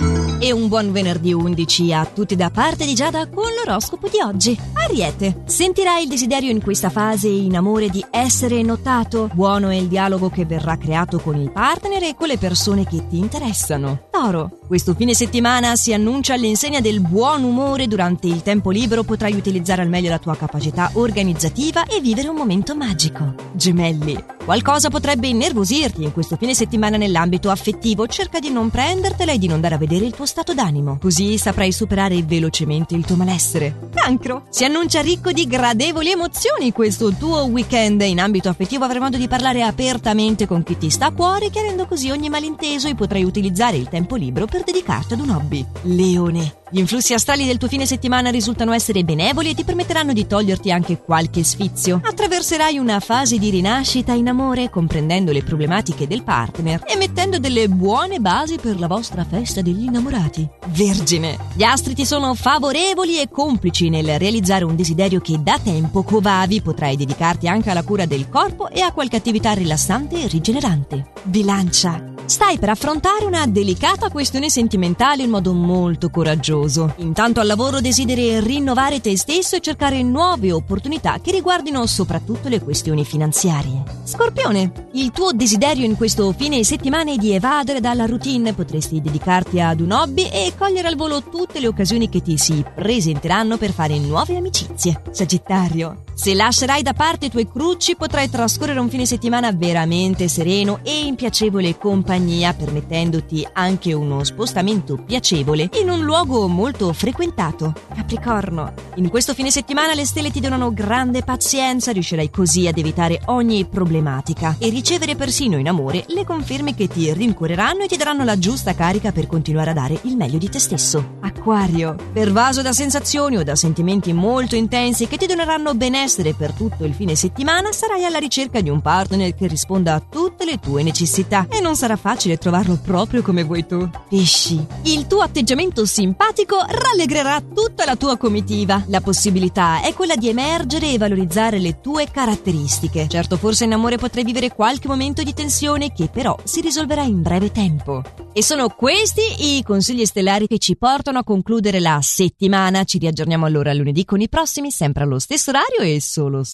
E un buon venerdì 11 a tutti da parte di Giada con l'oroscopo di oggi. Ariete, sentirai il desiderio in questa fase in amore di essere notato. Buono è il dialogo che verrà creato con il partner e con le persone che ti interessano. Toro, questo fine settimana si annuncia all'insegna del buon umore. Durante il tempo libero potrai utilizzare al meglio la tua capacità organizzativa e vivere un momento magico. Gemelli, qualcosa potrebbe innervosirti in questo fine settimana nell'ambito affettivo. Cerca di non prendertela e di non dare a vedere il tuo stato d'animo, così saprai superare velocemente il tuo malessere. Cancro, si annuncia ricco di gradevoli emozioni questo tuo weekend. In ambito affettivo avrai modo di parlare apertamente con chi ti sta a cuore, chiarendo così ogni malinteso, e potrai utilizzare il tempo libero per dedicarti ad un hobby. Leone, gli influssi astrali del tuo fine settimana risultano essere benevoli e ti permetteranno di toglierti anche qualche sfizio. Attraverserai una fase di rinascita in amore, comprendendo le problematiche del partner e mettendo delle buone basi per la vostra festa degli innamorati. Vergine, gli astri ti sono favorevoli e complici nel realizzare un desiderio che da tempo covavi. Potrai dedicarti anche alla cura del corpo e a qualche attività rilassante e rigenerante. Bilancia, stai per affrontare una delicata questione sentimentale in modo molto coraggioso. Intanto al lavoro desideri rinnovare te stesso e cercare nuove opportunità che riguardino soprattutto le questioni finanziarie. Scorpione, il tuo desiderio in questo fine settimana è di evadere dalla routine. Potresti dedicarti ad un hobby e cogliere al volo tutte le occasioni che ti si presenteranno per fare nuove amicizie. Sagittario, se lascerai da parte i tuoi crucci potrai trascorrere un fine settimana veramente sereno e in piacevole compagnia, permettendoti anche uno spostamento piacevole in un luogo molto frequentato. Capricorno, in questo fine settimana le stelle ti donano grande pazienza. Riuscirai così ad evitare ogni problematica e ricevere persino in amore le conferme che ti rincuoreranno e ti daranno la giusta carica per continuare a dare il meglio di te stesso. Acquario, pervaso da sensazioni o da sentimenti molto intensi che ti doneranno benessere per tutto il fine settimana, sarai alla ricerca di un partner che risponda a tutte le tue necessità e non sarà facile trovarlo proprio come vuoi tu. Pesci, il tuo atteggiamento simpatico rallegrerà tutta la tua comitiva. La possibilità è quella di emergere e valorizzare le tue caratteristiche. Certo, forse in amore potrai vivere qualche momento di tensione che però si risolverà in breve tempo. E sono questi i consigli stellari che ci portano a concludere la settimana. Ci riaggiorniamo allora lunedì con i prossimi, sempre allo stesso orario e solo